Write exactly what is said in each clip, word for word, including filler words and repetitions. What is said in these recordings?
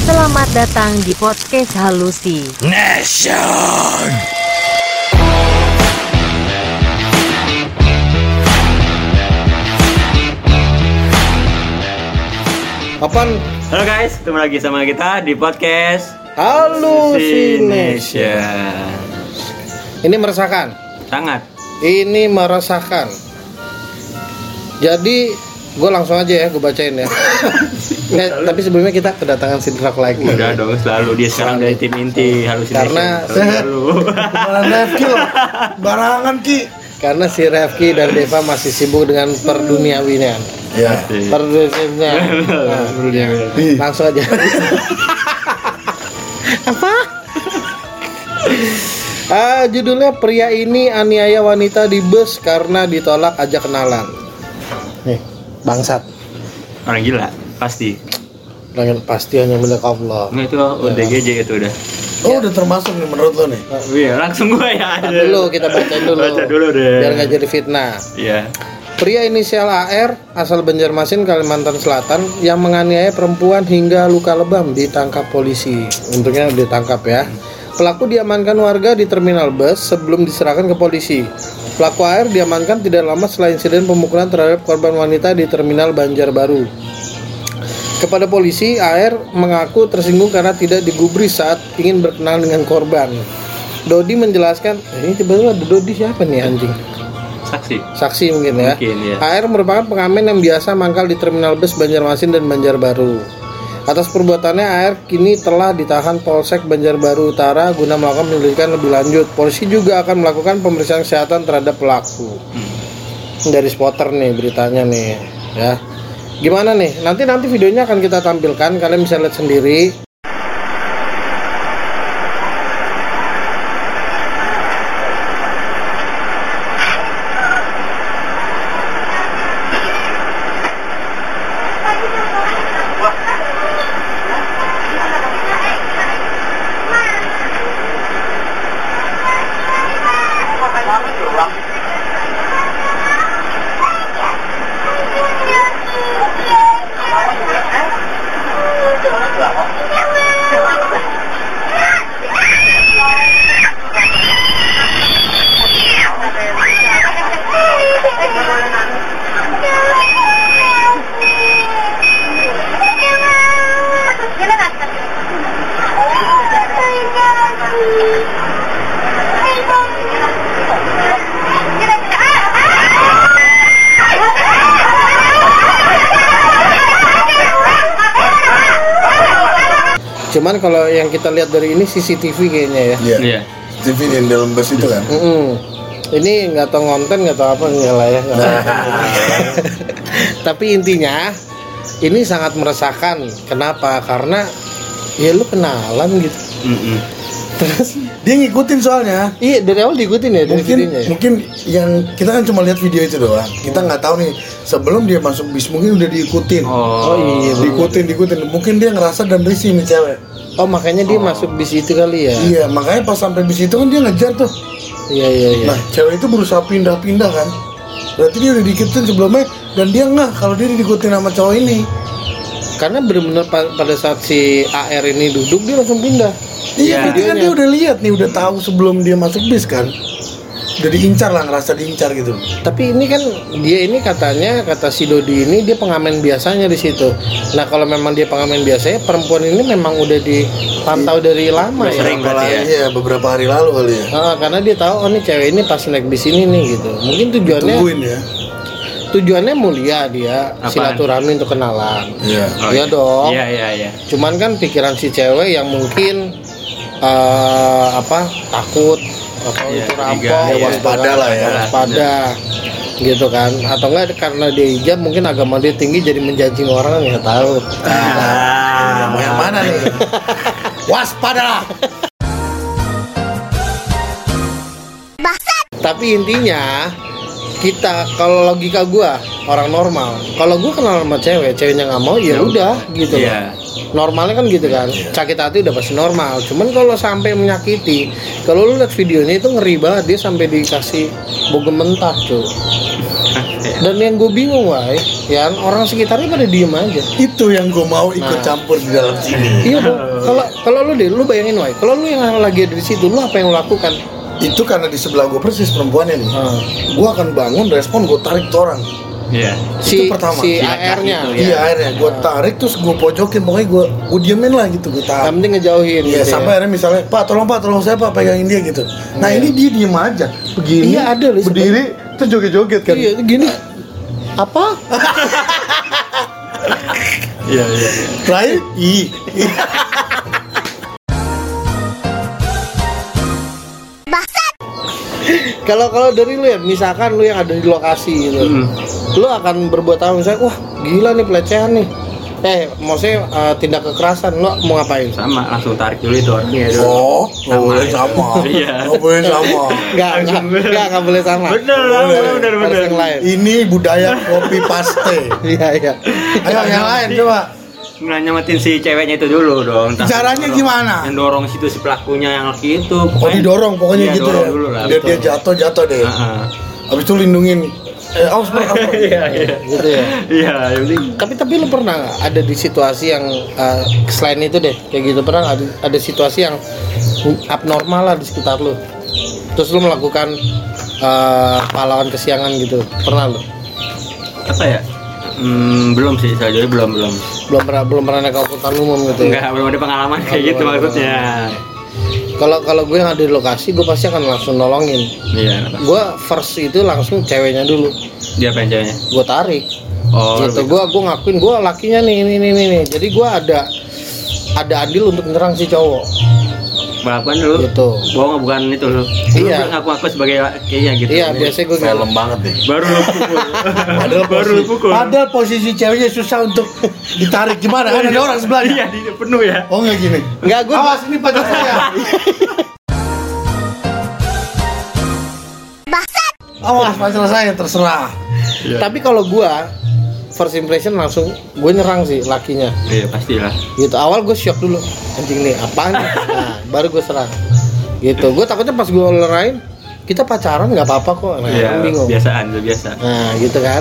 Selamat datang di podcast Halusi Nation. Apaan? Halo guys, ketemu lagi sama kita di podcast Halusi Nation. Ini meresahkan. Sangat. Ini meresahkan. Jadi gue langsung aja ya, gue bacain ya. Nggak, tapi sebelumnya kita kedatangan Sidrak lagi. Udah dong, selalu dia sekarang dari tim inti Halusi Karena Nation. Refki barangan Ki. Karena si Refki dan Deva masih sibuk dengan perduniawian. Ya. Perduniawian. Nah, langsung aja. Apa? Ah, judulnya pria ini aniaya wanita di bus karena ditolak ajak kenalan. Nih, bangsat. Orang gila, pasti. Orang pasti hanya milik Allah. Nggak, itu O D G J itu udah. Oh, udah termasuk nih menurut lo nih. Oh, iya, langsung gua ya. Nah, dulu kita baca dulu. Baca dulu deh. Biar nggak jadi fitnah. Iya. Pria inisial A R asal Banjarmasin, Kalimantan Selatan yang menganiaya perempuan hingga luka lebam ditangkap polisi. Untungnya ditangkap ya. Pelaku diamankan warga di terminal bus sebelum diserahkan ke polisi. Pelaku A R diamankan tidak lama setelah insiden pemukulan terhadap korban wanita di terminal Banjarbaru. Kepada polisi, A R mengaku tersinggung karena tidak digubris saat ingin berkenalan dengan korban. Dodi menjelaskan, eh, ini tiba-tiba ada Dodi siapa nih anjing? Saksi. Saksi mungkin ya. Mungkin, ya. A R merupakan pengamen yang biasa mangkal di terminal bus Banjarmasin dan Banjarbaru. Atas perbuatannya A R kini telah ditahan Polsek Banjarbaru Utara guna melakukan penyelidikan lebih lanjut. Polisi juga akan melakukan pemeriksaan kesehatan terhadap pelaku. Hmm. Dari spotter nih beritanya nih, ya. Gimana nih? Nanti nanti videonya akan kita tampilkan, kalian bisa lihat sendiri. Cuman kalau yang kita lihat dari ini C C T V kayaknya ya. Iya. Iya. C C T V di dalam bus itu kan. Mm-mm. Ini nggak tahu ngonten nggak tahu apa nggak lah ya. Tapi intinya ini sangat meresahkan. Kenapa? Karena ya lu kenalan gitu. Mm-mm. Terus Dia ngikutin soalnya. iya dari awal diikutin ya dari Mungkin videonya ya? mungkin yang kita kan cuma lihat video itu doang. Kita nggak tahu nih sebelum dia masuk bis mungkin udah diikutin. Oh, Oh iya. Diikutin, diikutin. Mungkin dia ngerasa dan risih nih cewek. Oh makanya dia Oh. masuk bis itu kali ya. Iya, makanya pas sampai bis itu kan dia ngejar tuh. Iya iya iya. Nah, cewek itu berusaha pindah-pindah kan. Berarti dia udah diikutin sebelumnya dan dia nggak kalau dia diikutin sama cowok ini. Karena benar-benar pa- pada saat si A R ini duduk dia langsung pindah. Iya. Iya, berarti kan dia udah lihat nih, udah tahu sebelum dia masuk bis kan. Udah diincar lah, ngerasa diincar gitu. Tapi ini kan dia ini katanya kata si Dodi ini dia pengamen biasanya di situ. Nah kalau memang dia pengamen biasanya perempuan ini memang udah dipantau dari lama Udah ya. sering. Beberapa, berarti ya? iya, beberapa hari lalu kali ya. Ah, karena dia tahu oh nih cewek ini pas naik bis ini nih gitu. Mungkin tujuannya Tungguin ya. tujuannya mulia dia Apaan? silaturahmi untuk kenalan. Iya. Oh, Iya dong. Iya, iya, iya. Cuman kan pikiran si cewek yang mungkin eh, apa takut atau Iya, itu curiga, rampok, iya. Waspada lah ya. waspada gitu kan, atau enggak karena dia hijab mungkin agama dia tinggi jadi menjajing orang nggak tahu. Ah, Mau yang mana nih? Waspada. Tapi intinya kita kalau logika gua orang normal, kalau gua kenal sama cewek, ceweknya nggak mau ya udah gitu loh. Iya. Normalnya kan gitu kan, sakit hati udah pasti normal. Cuman kalau sampai menyakiti, kalau lu lihat videonya itu ngeri banget, dia sampai dikasih bogem mentah cuy. ya. Dan yang gue bingung, Wai, ya orang sekitarnya pada diem aja. Itu yang gue mau ikut Nah. campur di dalam sini. Iya dong. Kalau kalau lu deh, lu bayangin, Wai, kalau lu yang lagi ada di situ, lu apa yang lu lakukan? Itu karena di sebelah gue persis perempuannya nih. Hmm. Gue akan bangun, respon, gue tarik tuh orang. Iya. Si Itu pertama. si Si A R-nya. laki-laki itu, Iya akhirnya gue tarik terus gue pojokin, pokoknya gue gue diemin lah gitu, gue Yang tahan. penting ngejauhin. Iya gitu sampai ya. akhirnya misalnya Pak tolong Pak tolong saya Pak pegangin dia gitu. Nah Iya. ini dia diem aja begini. Iya, ada loh, berdiri terus joget-joget kan. Iya, gini. Apa? Iya, iya. Terakhir ih. Kalau kalau dari lu ya, misalkan lu yang ada di lokasi gitu, Hmm. lu akan berbuat apa misalnya, wah gila nih pelecehan nih, eh maksudnya uh, tindak kekerasan, lu mau ngapain? Sama, langsung tarik dulu itu orangnya dulu. Oh, nggak boleh sama. Iya. Nggak boleh sama. Nggak, nggak, nggak, nggak boleh sama. Bener, Boleh. bener, bener, Harus bener. yang lain. Ini budaya copy paste. Iya iya. Ayo yang lain coba. Nggak nyamatin si ceweknya itu dulu dong. Ntar Caranya dorong. gimana? Yang dorong situ si pelakunya yang laki itu. Oh didorong pokoknya Iya, gitu dorong ya. dulu lah, Biar betul. dia jatuh-jatuh deh. Heeh. Habis itu lindungin. Eh, awas bro, awas, bro. Iya, iya. Gitu ya. Iya, yang penting Tapi tapi lu pernah nggak ada di situasi yang uh, selain itu deh, kayak gitu pernah nggak ada, ada situasi yang abnormal lah di sekitar lu, terus lu melakukan uh, pahlawan kesiangan gitu, pernah lu? apa ya? Hmm, belum sih, saya jadi belum belum. Belum pernah belum pernah naik angkutan umum gitu ya? Enggak, belum ada pengalaman kayak belum gitu ada maksudnya. Kalau kalau gue yang ada di lokasi, gue pasti akan langsung nolongin. Iya, apa? Gue first itu langsung ceweknya dulu, Dia pengen ceweknya. gue tarik. Oh, gitu. lebih- Gue gue ngakuin gue lakinya nih ini ini ini. Jadi gue ada ada andil untuk menyerang si cowok. balapan dulu. Gitu. Bohong bukan itu lu. Iya. Lu ngaku-ngaku sebagai lakinya gitu. Iya biasanya gue Film banget nih. Baru lu pukul. Padahal baru lu posisi, pukul. padahal posisi ceweknya susah untuk ditarik gimana? Kan ada orang sebelahnya. Iya, di penuh ya. Oh nggak gini. Nggak, gue Awas ini pacar saya. Awas pacar saya terserah. Iya. Tapi kalau gua first impression langsung gue nyerang sih lakinya. Iya, pastilah. Gitu awal gue shock dulu, anjing nih apaan nih? Nah, baru gue serang. Gitu. Gue takutnya pas gue lerain kita pacaran nggak apa-apa kok. Nah, Iya, kan bingung. biasaan, udah biasa. Nah, gitu kan.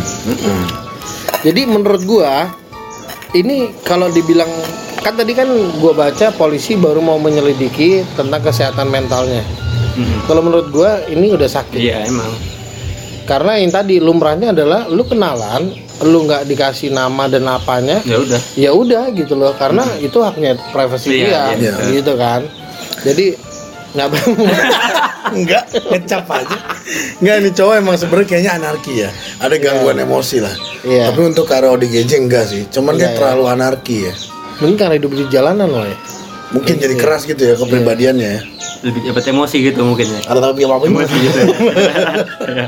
Jadi menurut gua ini kalau dibilang kan tadi kan gua baca polisi baru mau menyelidiki tentang kesehatan mentalnya. Mm. Kalau menurut gua ini udah sakit. Iya, emang. Karena yang tadi lumrahnya adalah lu kenalan, lu nggak dikasih nama dan apanya, Ya udah. ya udah gitu loh. Karena itu haknya privasi Iya, dia, iya. gitu kan. Jadi nggak Enggak, ngecap aja. Enggak, ini cowok emang sebenarnya kayaknya anarki ya. Ada gangguan emosi lah. Iya. Tapi untuk Karo O D G J enggak sih. Cuman Iya, dia iya. terlalu anarki ya. mungkin karena hidup di jalanan loh ya. Mungkin jadi Iya. keras gitu ya kepribadiannya ya. Lebih cepat emosi gitu mungkin ya. Ada tapi apa Emosi gitu. Ya.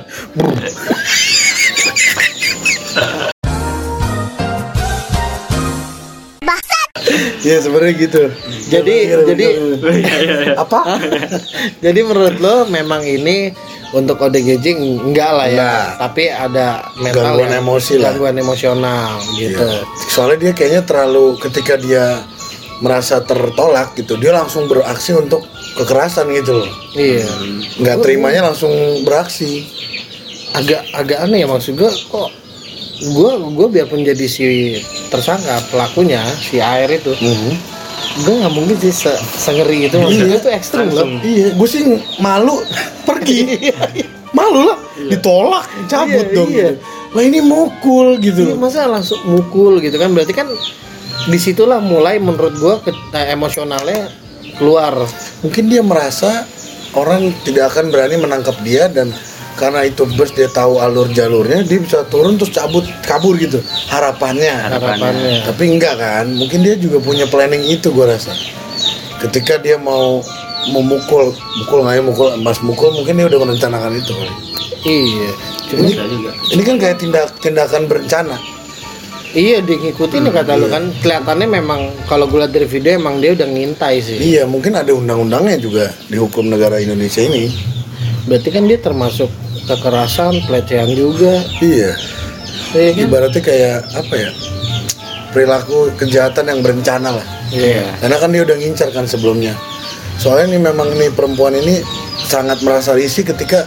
Iya sebenarnya gitu. Jadi jadi Iya, iya, iya. apa? jadi menurut lo memang ini untuk O D G J enggak lah ya, Enggak. tapi ada mental Gangguan yang- emosi lah. gangguan emosional gitu. Iya. Soalnya dia kayaknya terlalu ketika dia merasa tertolak gitu, dia langsung beraksi untuk kekerasan gitu loh. Iya. Nggak terimanya langsung beraksi. Agak agak aneh ya maksud gue kok gue gue biarpun jadi si tersangka pelakunya si A R itu gue nggak mungkin sih se sengeri itu maksudnya itu ekstrim loh. Langsung. Iya, gue sih malu pergi. Malu lah, ditolak, cabut Iya, dong. iya. Gitu. Lah ini mukul gitu. Iya, masa langsung mukul gitu kan berarti kan disitulah mulai menurut gue ke, eh, emosionalnya keluar. Mungkin dia merasa orang tidak akan berani menangkap dia dan karena itu bus dia tahu alur jalurnya dia bisa turun terus cabut kabur gitu harapannya. Harapannya. Tapi enggak kan, mungkin dia juga punya planning itu gue rasa. Ketika dia mau memukul, mukul nggak ya mukul, pas mukul mungkin dia udah merencanakan itu kali. Iya. Cuma Bisa juga. Ini kan kayak tindak tindakan berencana. iya dia ngikutin nih kata lu kan kelihatannya memang kalau gue lihat dari video emang dia udah ngintai sih. Iya, mungkin ada undang-undangnya juga di hukum negara Indonesia ini. Berarti kan dia termasuk kekerasan, pelecehan juga. Iya. Iya kan? Ibaratnya kayak apa ya? Perilaku kejahatan yang berencana lah. Iya. Karena kan dia udah ngincar kan sebelumnya. Soalnya ini memang nih perempuan ini sangat merasa risih ketika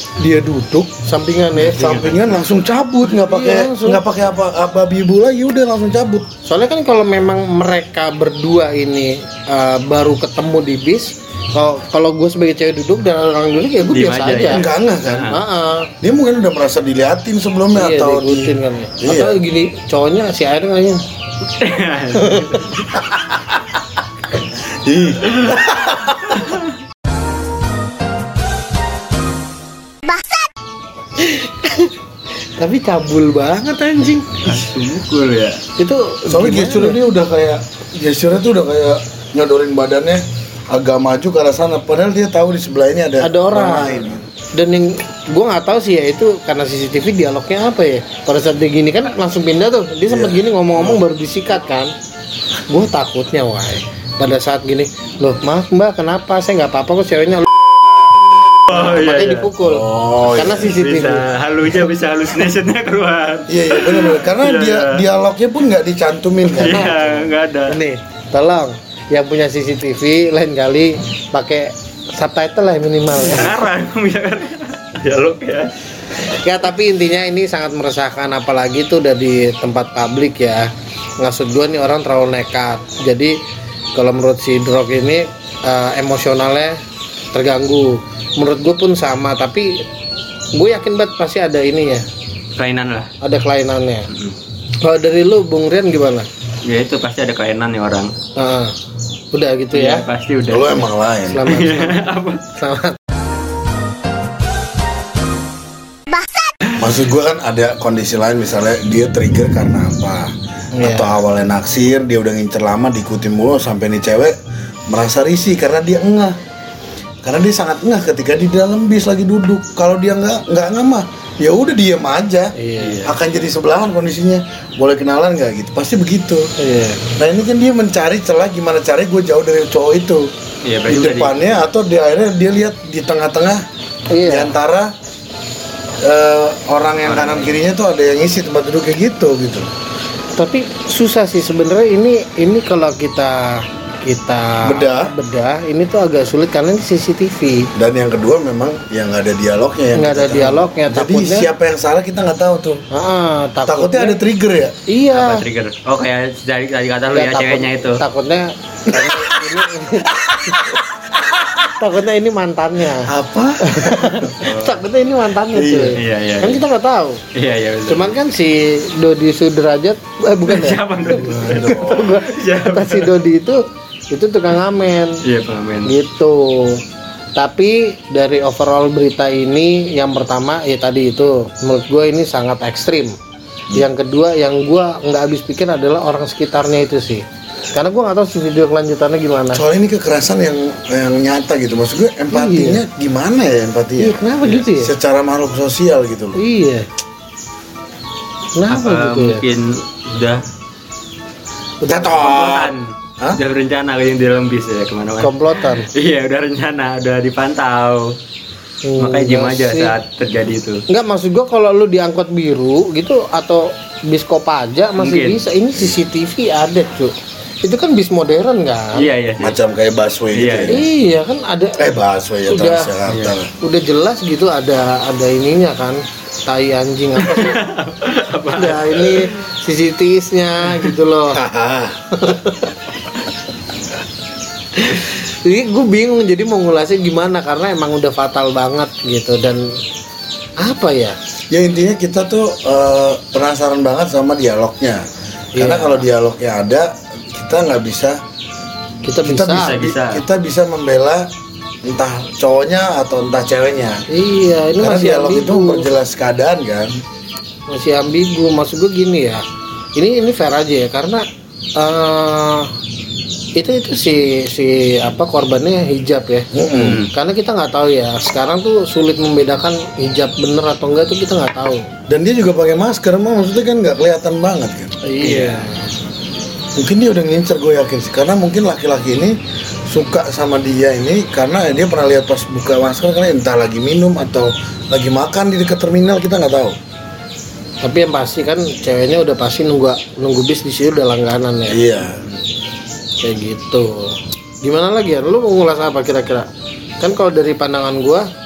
dia duduk sampingan ya, sampingan langsung cabut, nggak pakai Iya, langsung. nggak pakai apa apa bibu lagi, udah langsung cabut. Soalnya kan kalau memang mereka berdua ini uh, baru ketemu di bis, kalau kalau gue sebagai cewek duduk dan orang duduk ya gue Diem biasa aja aja. ya. Enggak enggak kan? Heeh. Dia mungkin udah merasa diliatin sebelumnya Iya, atau diikutin kan. Iya. Atau gini, cowoknya si Air kayaknya. Ih. Tapi cabul banget anjing. Langsung mukul ya. Itu Soalnya gimana? gesturnya dia udah kayak gesturnya tuh udah kayak nyodorin badannya agak maju ke arah sana, padahal dia tahu di sebelah ini ada ada orang. lain. Dan yang gue nggak tahu sih ya itu karena C C T V dialognya apa ya. Pada saat dia gini kan langsung pindah tuh. Dia sempat Iya. gini ngomong-ngomong baru disikat kan. Gue takutnya wah. Pada saat gini, loh maaf mbak kenapa saya nggak apa-apa kok ceweknya. Oh iya, Makanya iya. dipukul. Oh, Karena C C T V. Bisa halunya, bisa halusinasinya keluar. Iya iya benar-benar karena Iya. dia dialognya pun nggak dicantumin kan. Iya, nggak ada. Nih, tolong yang punya C C T V lain kali pakai subtitle lah minimal. Ngarang biar dialog ya. Ya tapi intinya ini sangat meresahkan apalagi itu udah di tempat publik ya. Maksud gue nih orang terlalu nekat. Jadi kalau menurut si Drog ini eh, emosionalnya terganggu. Menurut gue pun sama tapi gue yakin banget pasti ada ininya, Kelainan lah. ada kelainannya. Kalau dari lu Bung Rian gimana? Ya itu pasti ada kelainan nih orang. Nah, udah gitu Iya, ya. pasti udah. Lo emang lain. Selamat, Apa? selamat. Maksud gue kan ada kondisi lain, misalnya dia trigger karena apa, Iya. atau awalnya naksir, dia udah ngincer lama, diikutin mulu sampai nih cewek merasa risih karena dia engah, karena dia sangat engah ketika di dalam bis lagi duduk. Kalau dia nggak nggak engah mah, ya udah diem aja, Iya. akan jadi sebelahan kondisinya. Boleh kenalan nggak gitu, pasti begitu. Iya. Nah ini kan dia mencari celah gimana caranya gue jauh dari cowok itu, Iya, di berarti tadi. depannya atau di akhirnya dia lihat di tengah-tengah, Iya. di antara eh, orang yang kanan kirinya tuh ada yang ngisi tempat duduk kayak gitu gitu. Tapi susah sih sebenarnya ini ini kalau kita kita Bedah. bedah ini tuh agak sulit karena ini C C T V Dan yang kedua memang yang nggak ada dialognya, yang nggak kita ada tahu. dialognya. Jadi Takutnya siapa yang salah kita nggak tahu tuh. ah, Takutnya ada trigger ya. iya Apa trigger? Oh kayak dari tadi kata lu Nggak, ya takut- ceweknya itu. takutnya karena ini, ini takutnya ini mantannya Apa? takutnya ini mantannya Iya, cuy. iya, iya, Kan iya. kita nggak tahu. Iya iya. betul. Cuman kan si Dodi Sudrajat eh bukan ya Siapa tuh? Kata gua, Siapa? kata si Dodi itu itu tukang ngamen Iya pengamen. gitu. Tapi dari overall berita ini yang pertama ya tadi itu menurut gue ini sangat ekstrim. Yang kedua yang gue nggak habis pikir adalah orang sekitarnya itu sih. Karena gue nggak tahu si video kelanjutannya gimana. Soal ini kekerasan yang yang nyata gitu. Maksud gue empatinya gimana ya empati Iya ya? kenapa gitu ya? Secara makhluk sosial gitu loh. Iya. Kenapa Apa gitu ya? mungkin udah Jatuh. komplotan? Hah? Udah berencana kayak yang di dalam bis ya kemana-mana. Komplotan. Iya udah rencana, udah dipantau. Makanya diem Enggak aja sih. saat terjadi itu. Enggak maksud gue kalau lu diangkut biru gitu atau bis Kopaja masih Mungkin. bisa. Ini C C T V ada cuy. Itu kan bis modern kan? Iya iya. sih. Macam kayak busway gitu Iya, ya. Iya kan ada. Eh busway ya Udah. Transjakarta. Iya. Udah jelas gitu ada ada ininya kan, tai anjing apa sih? Ada ini C C T V-nya gitu loh. Haha. Jadi gue bingung jadi mau ngulasnya gimana karena emang udah fatal banget gitu dan apa ya? Ya intinya kita tuh eh, penasaran banget sama dialognya. Karena Iya. kalau dialognya ada, kita nggak bisa Kita bisa. kita bisa, bisa. kita bisa membela entah cowoknya atau entah ceweknya. Iya, ini Karena masih dialog itu ambigu. memperjelas keadaan kan. Masih ambigu. Maksud gue gini ya. Ini ini fair aja ya karena eh itu itu si si apa korbannya hijab ya. Mm-mm. Karena kita nggak tahu ya. Sekarang tuh sulit membedakan hijab bener atau enggak tuh kita nggak tahu. Dan dia juga pakai masker, emang maksudnya kan nggak kelihatan banget kan. Iya. Mungkin dia udah ngincer, gue yakin sih. Karena mungkin laki-laki ini suka sama dia ini karena dia pernah lihat pas buka masker karena entah lagi minum atau lagi makan di dekat terminal, kita nggak tahu. Tapi yang pasti kan ceweknya udah pasti nunggu nunggu bis di situ udah langganan ya. Iya. Kayak gitu. Gimana lagi ya? Lu mau ngulas apa kira-kira? Kan kalau dari pandangan gua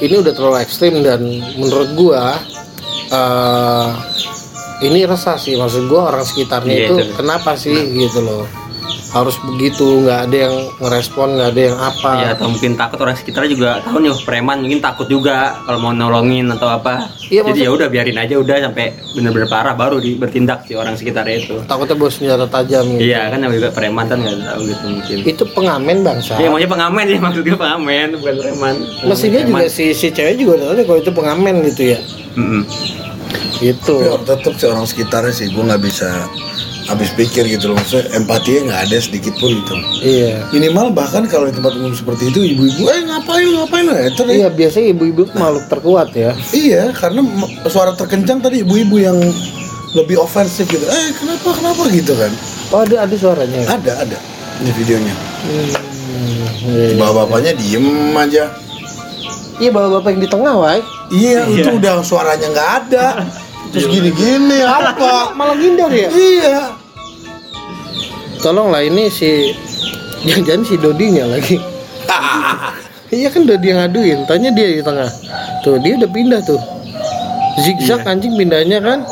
ini udah terlalu ekstrim dan menurut gua uh, ini resah sih, maksud gua orang sekitarnya Iya, itu itu. kenapa sih gitu loh harus begitu, nggak ada yang ngerespon, nggak ada yang apa. Ya atau mungkin takut orang sekitar juga tahu nih preman, mungkin takut juga kalau mau nolongin atau apa. Iya, Jadi maksud- ya udah biarin aja udah sampai bener-bener parah baru di bertindak si orang sekitarnya itu. Takutnya bawa senjata tajam gitu. Iya kan namanya juga preman kan nggak tahu gitu mungkin. Itu pengamen bangsa. Iya maunya pengamen ya maksudnya pengamen bukan preman. Mestinya juga si si cewek juga udah tahu deh kalau itu pengamen gitu ya. Mm-mm. Gitu. Ya, tetap sih orang sekitarnya sih, gue nggak bisa habis pikir gitu loh, maksudnya empatinya nggak ada sedikit pun gitu. Iya. Minimal bahkan kalau di tempat umum seperti itu ibu-ibu eh ngapain ngapain lah itu deh. Iya, biasanya ibu-ibu makhluk terkuat ya. Iya, karena m- suara terkencang tadi ibu-ibu yang lebih ofensif gitu. Eh kenapa kenapa gitu kan? Oh, ada ada suaranya. Ada ada di videonya. Hmm, iya, iya. Bapak-bapaknya diem aja. Iya, bapak-bapak yang di tengah, Wai. Iya, itu udah suaranya nggak ada. Terus gini-gini apa? Malah ngindar ya? Iya. Tolonglah ini si jangan-jangan si Dodinya lagi. Iya kan Dodi yang ngaduin, tanya dia di tengah. Tuh, dia udah pindah tuh. Zigzag anjing pindahnya kan.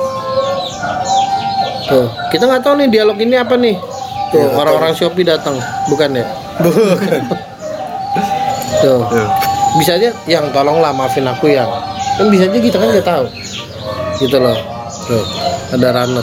Tuh, kita nggak tahu nih dialog ini apa nih. Tuh, Ya, orang-orang Shopee datang, bukan ya? Bukan. Tuh. Bisa aja yang tolonglah maafin aku yang. Kan bisa aja kita kan nggak tahu. Gitu loh. Tuh, ada runner.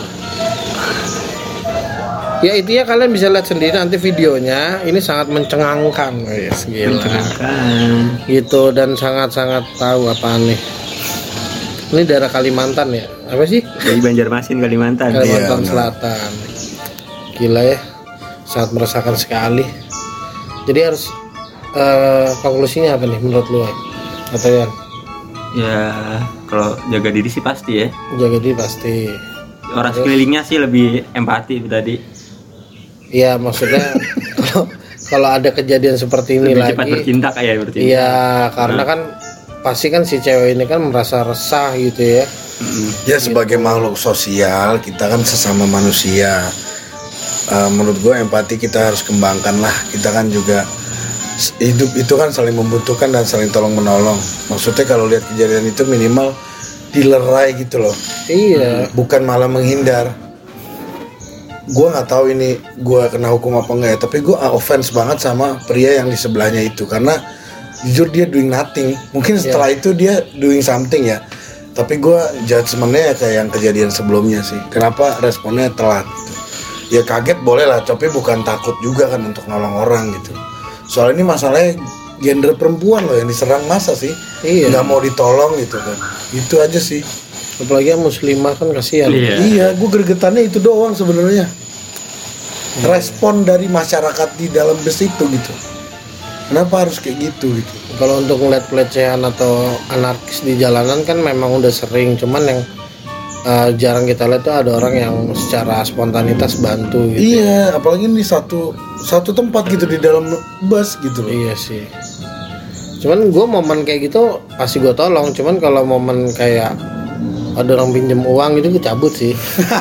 Ya itu ya kalian bisa lihat sendiri nanti videonya. Ini sangat mencengangkan, guys. Gila. Kan. Gitu dan sangat-sangat tahu apaan nih. Ini daerah Kalimantan ya? Apa sih? Dari Banjarmasin Kalimantan. Kalimantan Iya, Selatan. Gila ya. Sangat meresahkan sekali. Jadi harus eh, konklusinya apa nih menurut lu? Ay? Atau Yan? Ya kalau jaga diri sih pasti ya. Jaga diri pasti. Orang sekelilingnya sih lebih empati tadi. Iya maksudnya kalau kalau ada kejadian seperti ini Lebih cepat lagi. bertindak ya bertindak. Iya karena kan pasti kan si cewek ini kan merasa resah gitu ya. Mm-mm. Ya sebagai makhluk sosial kita kan sesama manusia. Eh, menurut gue empati kita harus kembangkan lah. Kita kan juga s- hidup itu kan saling membutuhkan dan saling tolong menolong. Maksudnya kalau lihat kejadian itu minimal dilerai gitu loh. Iya. Bukan malah menghindar. Gue nggak tahu ini gue kena hukum apa enggak ya, tapi gue offense banget sama pria yang di sebelahnya itu karena jujur dia doing nothing. Mungkin setelah itu dia doing something ya, tapi gue judgementnya ya kayak yang kejadian sebelumnya sih. Kenapa responnya telat gitu. Ya kaget boleh lah, tapi bukan takut juga kan untuk nolong orang gitu. Soal ini masalahnya gender perempuan loh yang diserang, masa sih Iya. nggak mau ditolong gitu kan. Itu aja sih. Apalagi yang muslimah kan kasihan. Iya. Iya, gue gregetannya itu doang sebenarnya. Respon dari masyarakat di dalam bus itu gitu. Kenapa harus kayak gitu gitu? Kalau untuk ngeliat pelecehan atau anarkis di jalanan kan memang udah sering, cuman yang uh, jarang kita lihat tuh ada orang yang secara spontanitas bantu gitu. Iya, apalagi di satu satu tempat gitu di dalam bus gitu loh. Iya sih. Cuman gue momen kayak gitu pasti gue tolong. Cuman kalau momen kayak ada orang pinjem uang gitu gue cabut sih.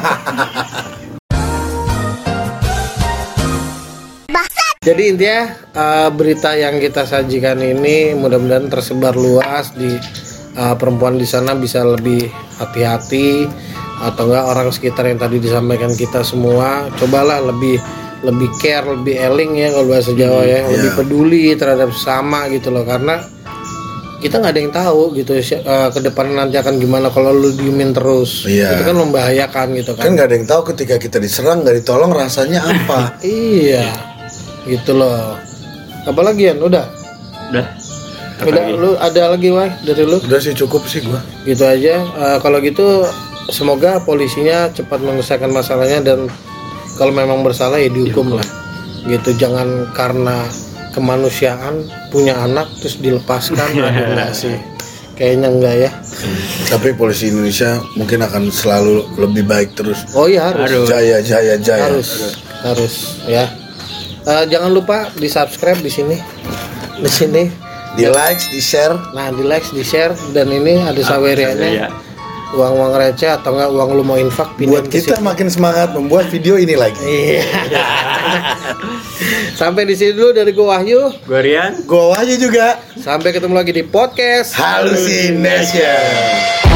Jadi intinya uh, berita yang kita sajikan ini mudah-mudahan tersebar luas di uh, perempuan di sana bisa lebih hati-hati atau enggak orang sekitar yang tadi disampaikan kita semua cobalah lebih lebih care, lebih eling ya kalau bahasa Jawa ya, lebih iya. peduli terhadap sesama gitu loh karena kita nggak ada yang tahu gitu uh, ke depan nanti akan gimana kalau lu diemin terus. Iya. Itu kan membahayakan gitu Kan kan. nggak ada yang tahu ketika kita diserang nggak ditolong rasanya apa. Iya. Gitu loh. Apalagi Yan? Udah? Udah. Apa Udah, lagi? lu ada lagi Wai dari lu? Udah sih cukup sih gua. Gitu aja. Eh, kalau gitu semoga polisinya cepat menyelesaikan masalahnya dan kalau memang bersalah ya dihukum lah. Gitu, jangan karena kemanusiaan punya anak terus dilepaskan. Aduh, enggak sih. Kayaknya enggak ya. Tapi polisi Indonesia mungkin akan selalu lebih baik terus. Oh iya harus. Aduh. Jaya jaya jaya. Harus. Harus ya. Eh, jangan lupa di subscribe di sini. Di sini. Di like, di share. Nah, di like, di share dan ini ada saweriannya. Iya. Uang-uang receh atau enggak uang lu mau infak pindahin Buat ke kita situ. makin semangat membuat video ini lagi. Iya. Sampai di sini dulu dari gua Wahyu. Gue Rian. Gua aja juga. Sampai ketemu lagi di podcast Halusination.